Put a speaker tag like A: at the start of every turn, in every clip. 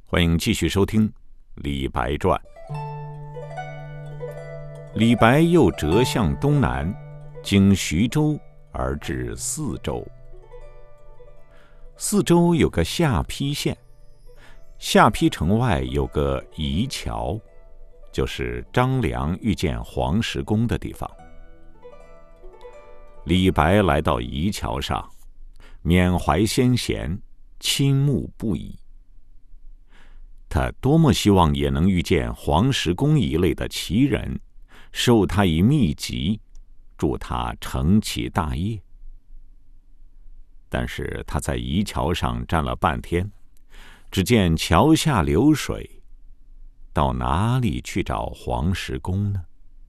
A: 欢迎继续收听《李白传》。李白又折向东南，经徐州而至泗州。泗州有个下邳县，下邳城外有个夷桥，就是张良遇见黄石公的地方。李白来到夷桥上，缅怀先贤，倾慕不已。他多么希望也能遇见黄石公一类的奇人，授他一秘籍，助他成其大业。但是他在夷桥上站了半天，只见桥下流水，到哪里去找黄石公呢？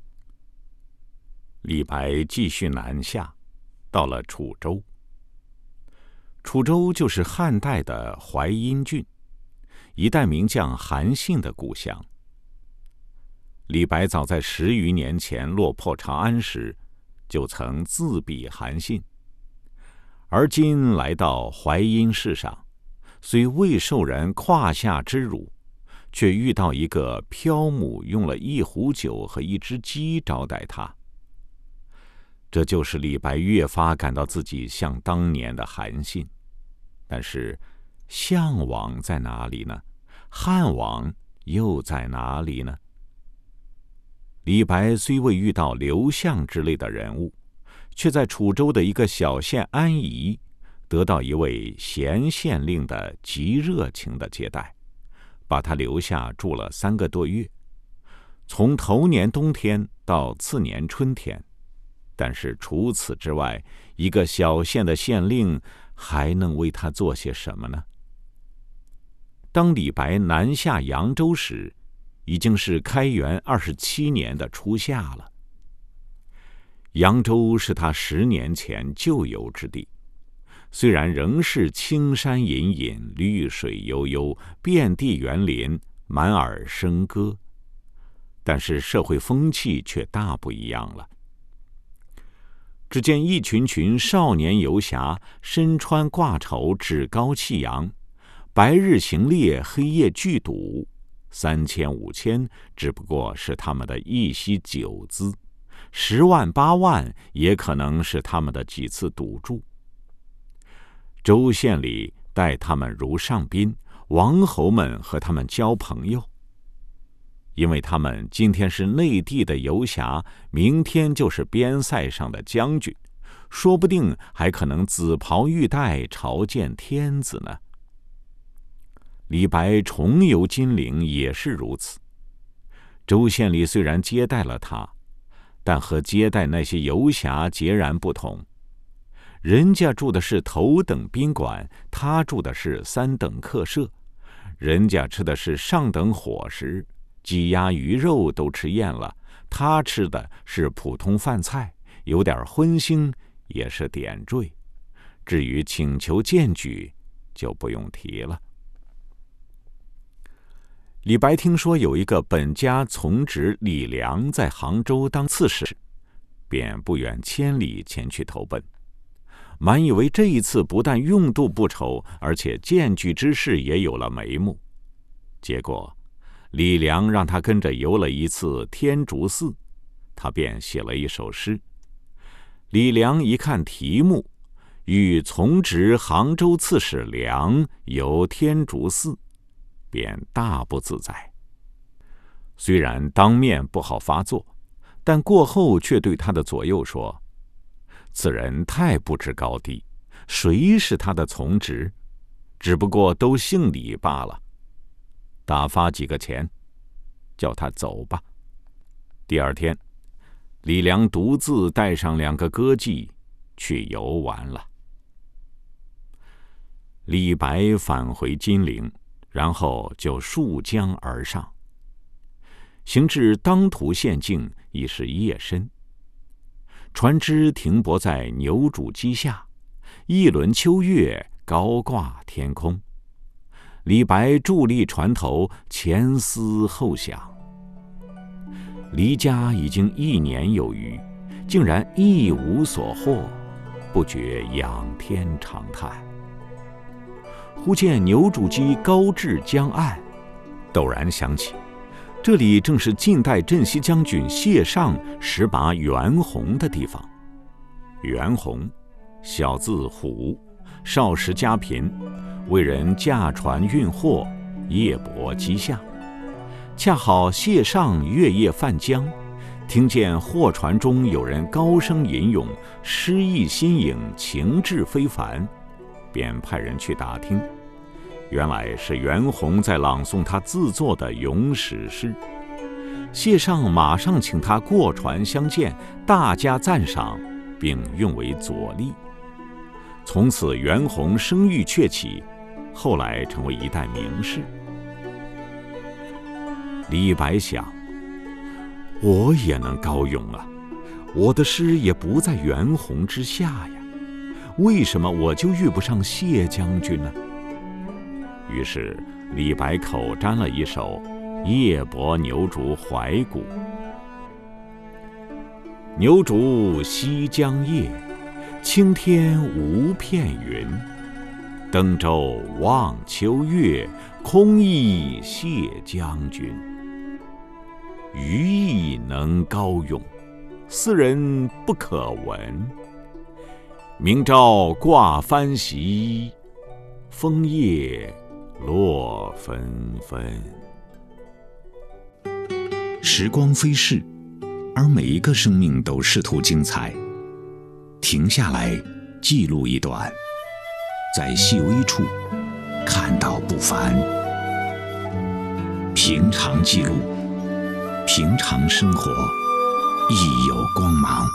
A: 李白继续南下，到了楚州。楚州就是汉代的淮阴郡，一代名将韩信的故乡。李白早在10余年前落魄长安时，就曾自比韩信，而今来到淮阴市上，虽未受人胯下之辱，却遇到一个漂母用了1壶酒和1只鸡招待他。这就是李白越发感到自己像当年的韩信。但是项王在哪里呢？汉王又在哪里呢？李白虽未遇到刘向之类的人物，却在楚州的一个小县安邑，得到一位咸县令的极热情的接待，把他留下住了3个多月，从头年冬天到次年春天。但是除此之外，一个小县的县令还能为他做些什么呢？当李白南下扬州时，已经是开元27年的初夏了。扬州是他10年前旧游之地，虽然仍是青山隐隐，绿水悠悠，遍地园林，满耳笙歌，但是社会风气却大不一样了。只见一群群少年游侠，身穿挂绸，趾高气扬，白日行猎，黑夜聚赌，3000、5000只不过是他们的一席酒资，10万、8万也可能是他们的几次赌注。州县里待他们如上宾，王侯们和他们交朋友。因为他们今天是内地的游侠，明天就是边塞上的将军，说不定还可能紫袍玉带朝见天子呢。李白重游金陵也是如此。州县里虽然接待了他，但和接待那些游侠截然不同。人家住的是头等宾馆，他住的是3等客舍，人家吃的是上等伙食，鸡鸭鱼肉都吃厌了，他吃的是普通饭菜，有点荤腥也是点缀。至于请求荐举，就不用提了。李白听说有一个本家从侄李良在杭州当刺史，便不远千里前去投奔，满以为这一次不但用度不愁，而且荐举之事也有了眉目。结果李良让他跟着游了一次天竺寺，他便写了一首诗。李良一看题目，欲从侄杭州刺史良游天竺寺，便大不自在。虽然当面不好发作，但过后却对他的左右说：“此人太不知高低，谁是他的从侄？只不过都姓李罢了。打发几个钱，叫他走吧。”第2天，李良独自带上2个歌妓去游玩了。李白返回金陵，然后就溯江而上，行至当涂县境，已是夜深。船只停泊在牛渚矶下，一轮秋月高挂天空。李白伫立船头，前思后想。离家已经1年有余，竟然一无所获，不觉仰天长叹。忽见牛渚矶高至江岸， 陡然想起，这里正是晋代镇西将军谢尚识拔袁弘的地方。袁弘，小字虎，少时家贫，为人驾船运货，夜泊矶下。恰好谢尚月夜泛江，听见货船中有人高声吟咏，诗意新颖，情致非凡，便派人去打听。原来是袁弘在朗诵他自作的咏史诗。谢尚马上请他过船相见，大加赞赏，并用为佐例。从此袁弘声誉鹊起，后来成为一代名士。李白想，我也能高咏啊，我的诗也不在袁弘之下呀，为什么我就遇不上谢将军呢？于是李白口占了一首《夜泊牛渚怀古》。牛渚西江夜，青天无片云。登舟望秋月，空忆谢将军。余亦能高咏，斯人不可闻。明朝挂帆席，枫叶落纷纷。
B: 时光飞逝，而每一个生命都试图精彩。停下来，记录一段，在细微处看到不凡。平常记录，平常生活亦有光芒。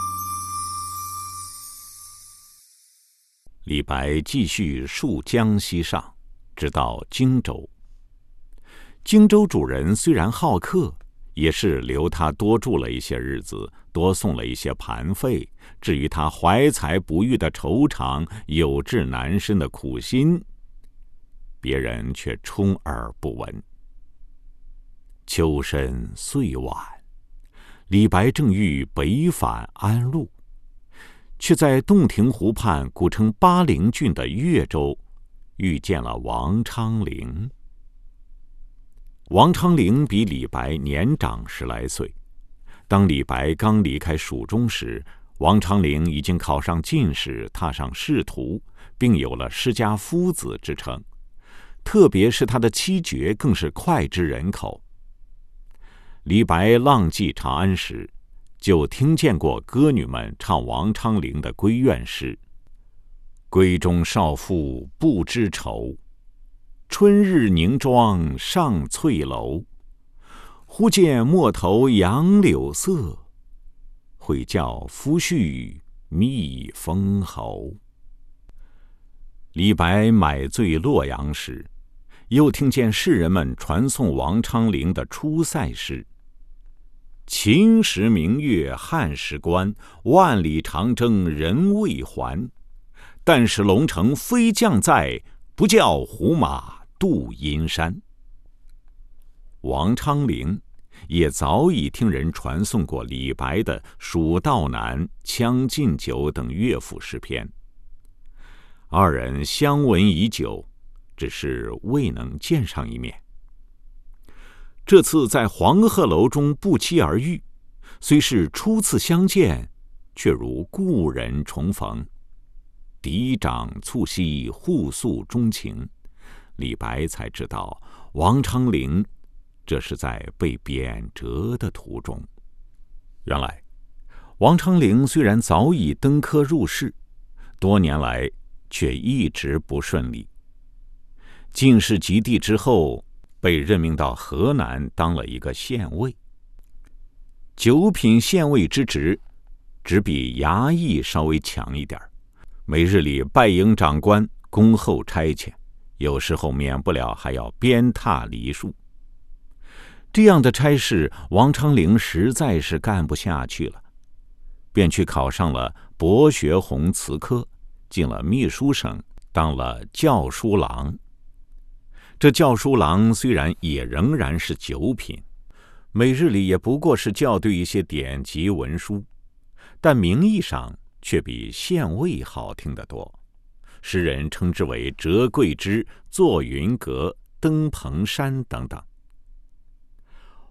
A: 李白继续溯江西上，直到荆州。荆州主人虽然好客，也是留他多住了一些日子，多送了一些盘费。至于他怀才不遇的惆怅，有志难伸的苦心，别人却充耳不闻。秋深岁晚，李白正欲北返安陆，却在洞庭湖畔古称巴陵郡的岳州遇见了王昌龄。王昌龄比李白年长10来岁。当李白刚离开蜀中时，王昌龄已经考上进士，踏上仕途，并有了诗家夫子之称。特别是他的七绝更是脍炙人口。李白浪迹长安时，就听见过歌女们唱王昌龄的闺怨诗：闺中少妇不知愁，春日凝妆上翠楼。忽见陌头杨柳色，会教夫婿觅封侯。李白买醉洛阳时，又听见士人们传颂王昌龄的出塞诗：秦时明月汉时关，万里长征人未还。但使龙城飞将在，不教胡马度阴山。王昌龄也早已听人传颂过李白的《蜀道难》《将进酒》等乐府诗篇，二人相闻已久，只是未能见上一面。这次在黄鹤楼中不期而遇，虽是初次相见，却如故人重逢。嫡长促膝，互诉衷情。李白才知道王昌龄这是在被贬谪的途中。原来王昌龄虽然早已登科入仕，多年来却一直不顺利。进士及第之后，被任命到河南当了一个县尉。九品县尉之职只比衙役稍微强一点，每日里拜迎长官，恭候差遣，有时候免不了还要鞭挞梨树。这样的差事，王昌龄实在是干不下去了，便去考上了博学鸿词科，进了秘书省，当了校书郎。这校书郎虽然也仍然是九品，每日里也不过是校对一些典籍文书，但名义上却比县尉好听得多。诗人称之为折桂枝、坐云阁、登蓬山等等。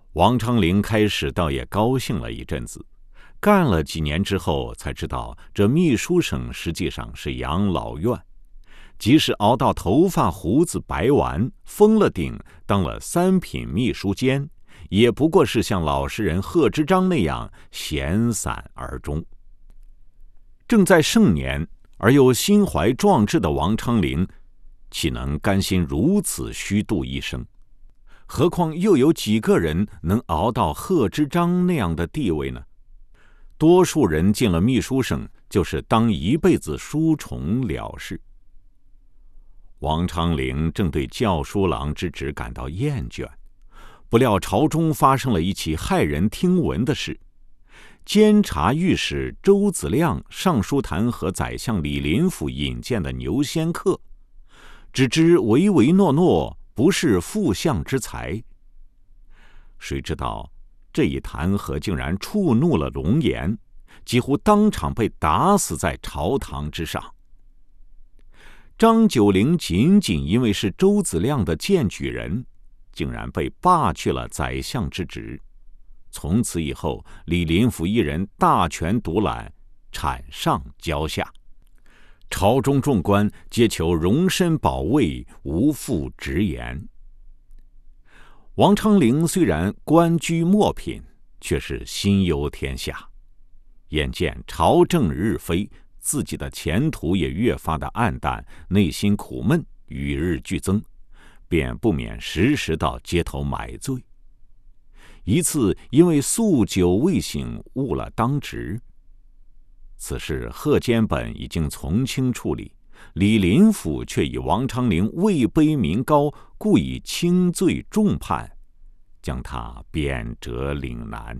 A: 王昌龄开始倒也高兴了一阵子，干了几年之后，才知道这秘书省实际上是养老院，即使熬到头发胡子白完，封了顶，当了3品秘书监，也不过是像老实人贺知章那样闲散而终。正在盛年而又心怀壮志的王昌龄，岂能甘心如此虚度一生？何况又有几个人能熬到贺知章那样的地位呢？多数人进了秘书省，就是当一辈子书虫了事。王昌龄正对校书郎之职感到厌倦，不料朝中发生了一起骇人听闻的事。监察御史周子亮上书弹劾宰相李林甫引荐的牛仙客，只知唯唯诺诺，不是副相之才。谁知道这一弹劾竟然触怒了龙颜，几乎当场被打死在朝堂之上。张九龄仅仅因为是周子亮的荐举人，竟然被罢去了宰相之职。从此以后，李林甫一人大权独揽，产上骄下，朝中众官皆求容身保卫，无复直言。王昌龄虽然官居末品，却是心忧天下，眼见朝政日非，自己的前途也越发的暗淡，内心苦闷，与日俱增，便不免时时到街头买醉。一次因为宿酒未醒，误了当值。此事贺监本已经从轻处理，李林甫却以王昌龄位卑民高，故以轻罪重判，将他贬谪岭南。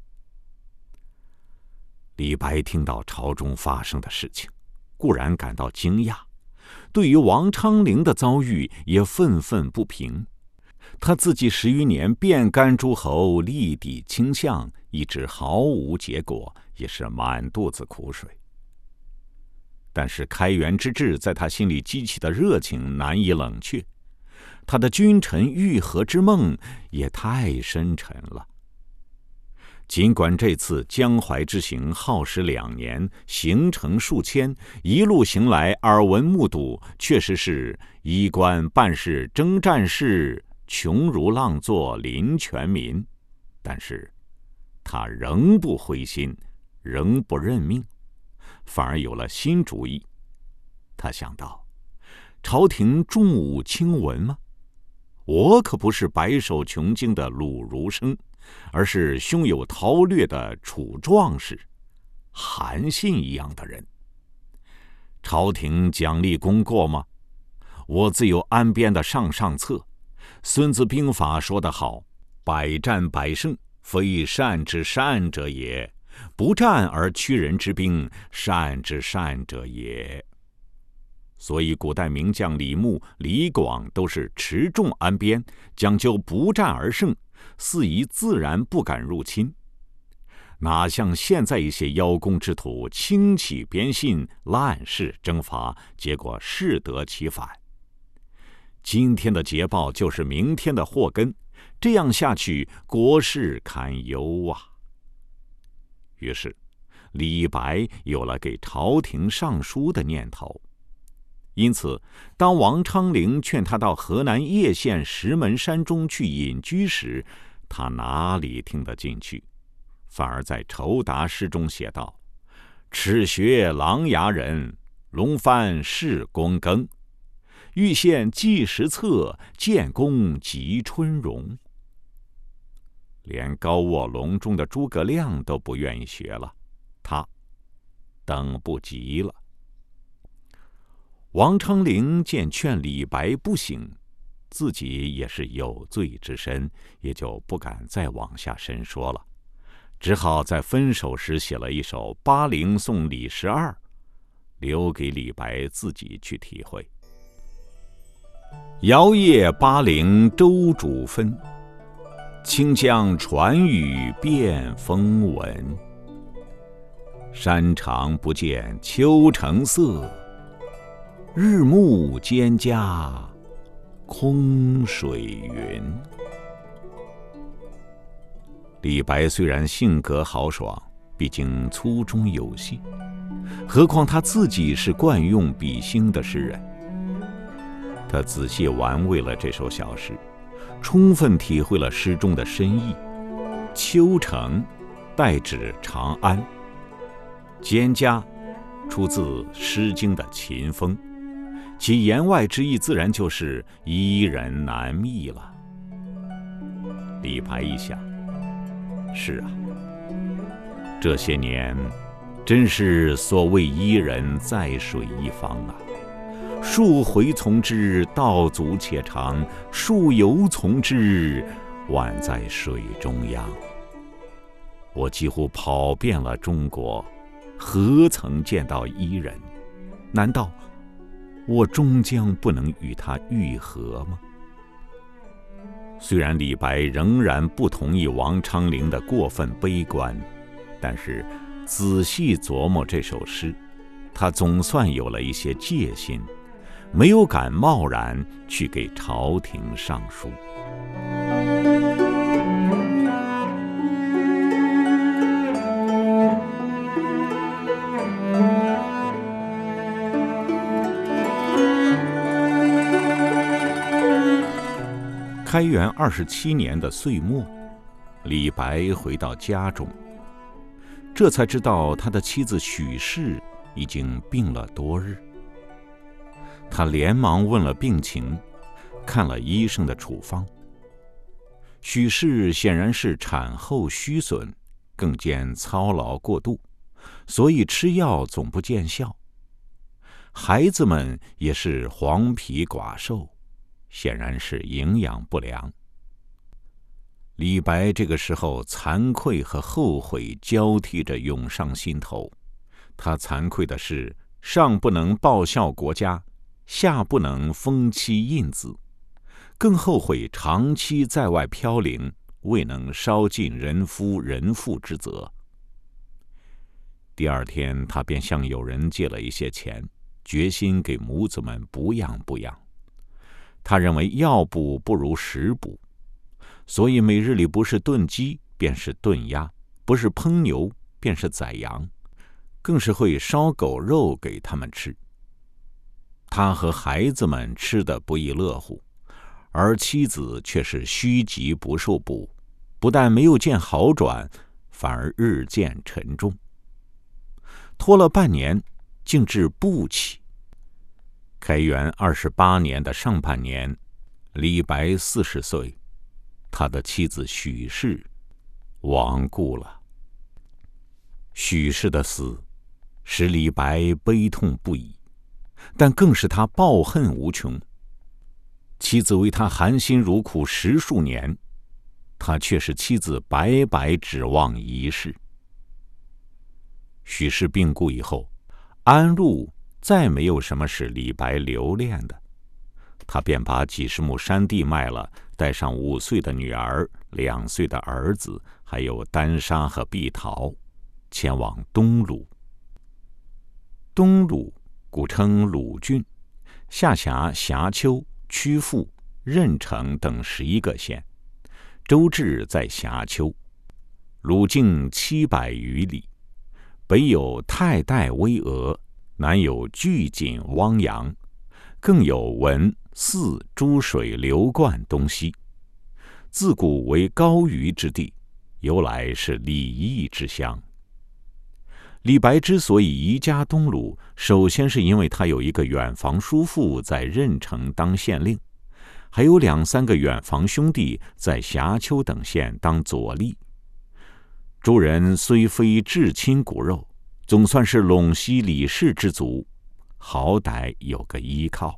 A: 李白听到朝中发生的事情，固然感到惊讶，对于王昌龄的遭遇也愤愤不平。他自己10余年遍干诸侯，力抵倾向，一直毫无结果，也是满肚子苦水。但是开元之治在他心里激起的热情难以冷却，他的君臣愈合之梦也太深沉了。尽管这次江淮之行耗时2年，行程数千，一路行来耳闻目睹，确实是衣冠半是征战士，穷如浪作临泉民，但是他仍不灰心，仍不认命，反而有了新主意。他想到，朝廷重武轻文吗？我可不是白手穷经的鲁儒生，而是胸有韬略的楚壮士，韩信一样的人。朝廷奖励功过吗？我自有安编的上策。孙子兵法说得好，百战百胜，非善之善者也，不战而屈人之兵，善之善者也。所以古代名将李牧、李广都是持重安边，讲究不战而胜，肆意自然不敢入侵。哪像现在一些邀功之徒轻启边信，滥施征伐，结果适得其反。今天的捷报就是明天的祸根，这样下去，国事堪忧啊！于是，李白有了给朝廷上书的念头。因此，当王昌龄劝他到河南叶县石门山中去隐居时，他哪里听得进去，反而在酬答诗中写道：“齿学琅琊人，龙帆试躬耕。欲献计时策，建功及春荣。”连高卧龙中的诸葛亮都不愿意学了，他等不及了。王昌龄见劝李白不行，自己也是有罪之身，也就不敢再往下深说了，只好在分手时写了一首《巴陵送李十二》，留给李白自己去体会。遥谒巴陵州主分，清江传语遍风闻。山长不见秋城色，日暮蒹葭空水云。 李白虽然性格豪爽，毕竟粗中有细，何况他自己是惯用比兴的诗人。他仔细玩味了这首小诗，充分体会了诗中的深意。秋城代指长安，蒹葭出自《诗经》的秦风，其言外之意自然就是伊人难觅了。李白一想，是啊，这些年真是所谓伊人在水一方啊，数回从之，道阻且长；数游从之，宛在水中央。我几乎跑遍了中国，何曾见到伊人？难道我终将不能与他愈合吗？虽然李白仍然不同意王昌龄的过分悲观，但是仔细琢磨这首诗，他总算有了一些戒心，没有敢贸然去给朝廷上书。开元27年的岁末，李白回到家中，这才知道他的妻子许氏已经病了多日。他连忙问了病情，看了医生的处方。许氏显然是产后虚损，更兼操劳过度，所以吃药总不见效。孩子们也是黄皮寡瘦，显然是营养不良。李白这个时候惭愧和后悔交替着涌上心头。他惭愧的是上不能报效国家，下不能封妻印子，更后悔长期在外飘零，未能稍尽人夫人妇之责。第二天，他便向友人借了一些钱，决心给母子们补养补养。他认为药补不如食补，所以每日里不是炖鸡便是炖鸭，不是烹牛便是宰羊，更是会烧狗肉给他们吃。他和孩子们吃得不亦乐乎，而妻子却是虚极不受补，不但没有见好转，反而日渐沉重。拖了半年，竟至不起。开元28年的上半年，李白40岁，他的妻子许氏亡故了。许氏的死使李白悲痛不已，但更使他抱恨无穷。妻子为他含辛茹苦10数年，他却是妻子白白指望一世。许氏病故以后，安陆再没有什么使李白留恋的，他便把几十亩山地卖了，带上5岁的女儿、2岁的儿子，还有丹砂和碧桃，前往东鲁。东鲁古称鲁郡，下辖辖丘、曲阜、任城等11个县，州治在辖丘，鲁境700余里，北有太代巍峨，南有巨锦汪洋，更有文、泗、诸水流贯东西。自古为高虞之地，由来是礼义之乡。李白之所以移家东鲁，首先是因为他有一个远房叔父在任城当县令，还有2、3个远房兄弟在辖丘等县当左吏。诸人虽非至亲骨肉，总算是陇西李氏之族，好歹有个依靠。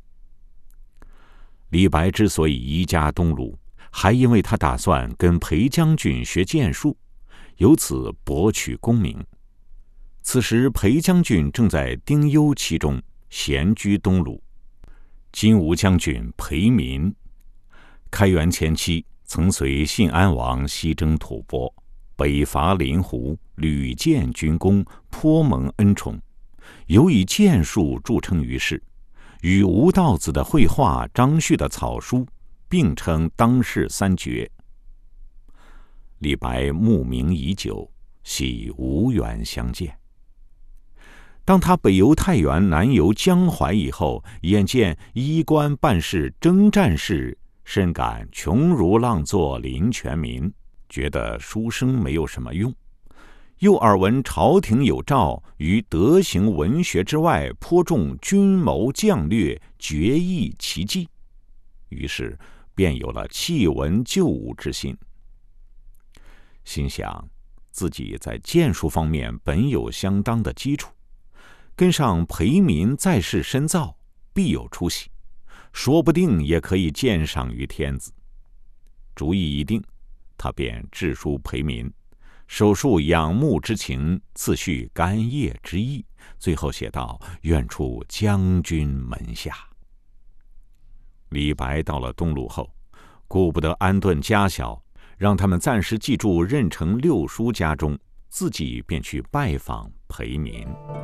A: 李白之所以移家东鲁，还因为他打算跟裴将军学剑术，由此博取功名。此时裴将军正在丁忧期中，闲居东鲁。金吾将军裴民，开元前期曾随信安王西征吐蕃，北伐临湖，屡建军功，颇蒙恩宠，尤以剑术著称于世，与吴道子的绘画、张旭的草书并称当世3绝。 李白慕名已久，喜无缘相见。当他北游太原，南游江淮以后，眼见衣冠办事征战事，深感穷如浪作临泉民，觉得书生没有什么用。又耳闻朝廷有诏，于德行文学之外，颇重军谋将略，决议奇技，于是便有了弃文就武之心。心想自己在剑术方面本有相当的基础，跟上裴民再世深造，必有出息，说不定也可以鉴赏于天子。主意一定，他便致书裴民，手述仰慕之情，次序干谒之意，最后写道：愿出将军门下。李白到了东鲁后，顾不得安顿家小，让他们暂时寄住任城六叔家中，自己便去拜访裴民。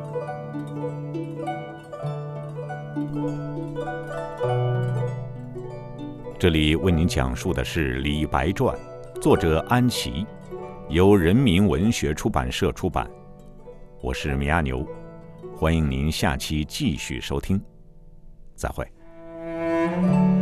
A: 这里为您讲述的是《李白传》，作者安琪，由人民文学出版社出版。我是米阿牛，欢迎您下期继续收听，再会。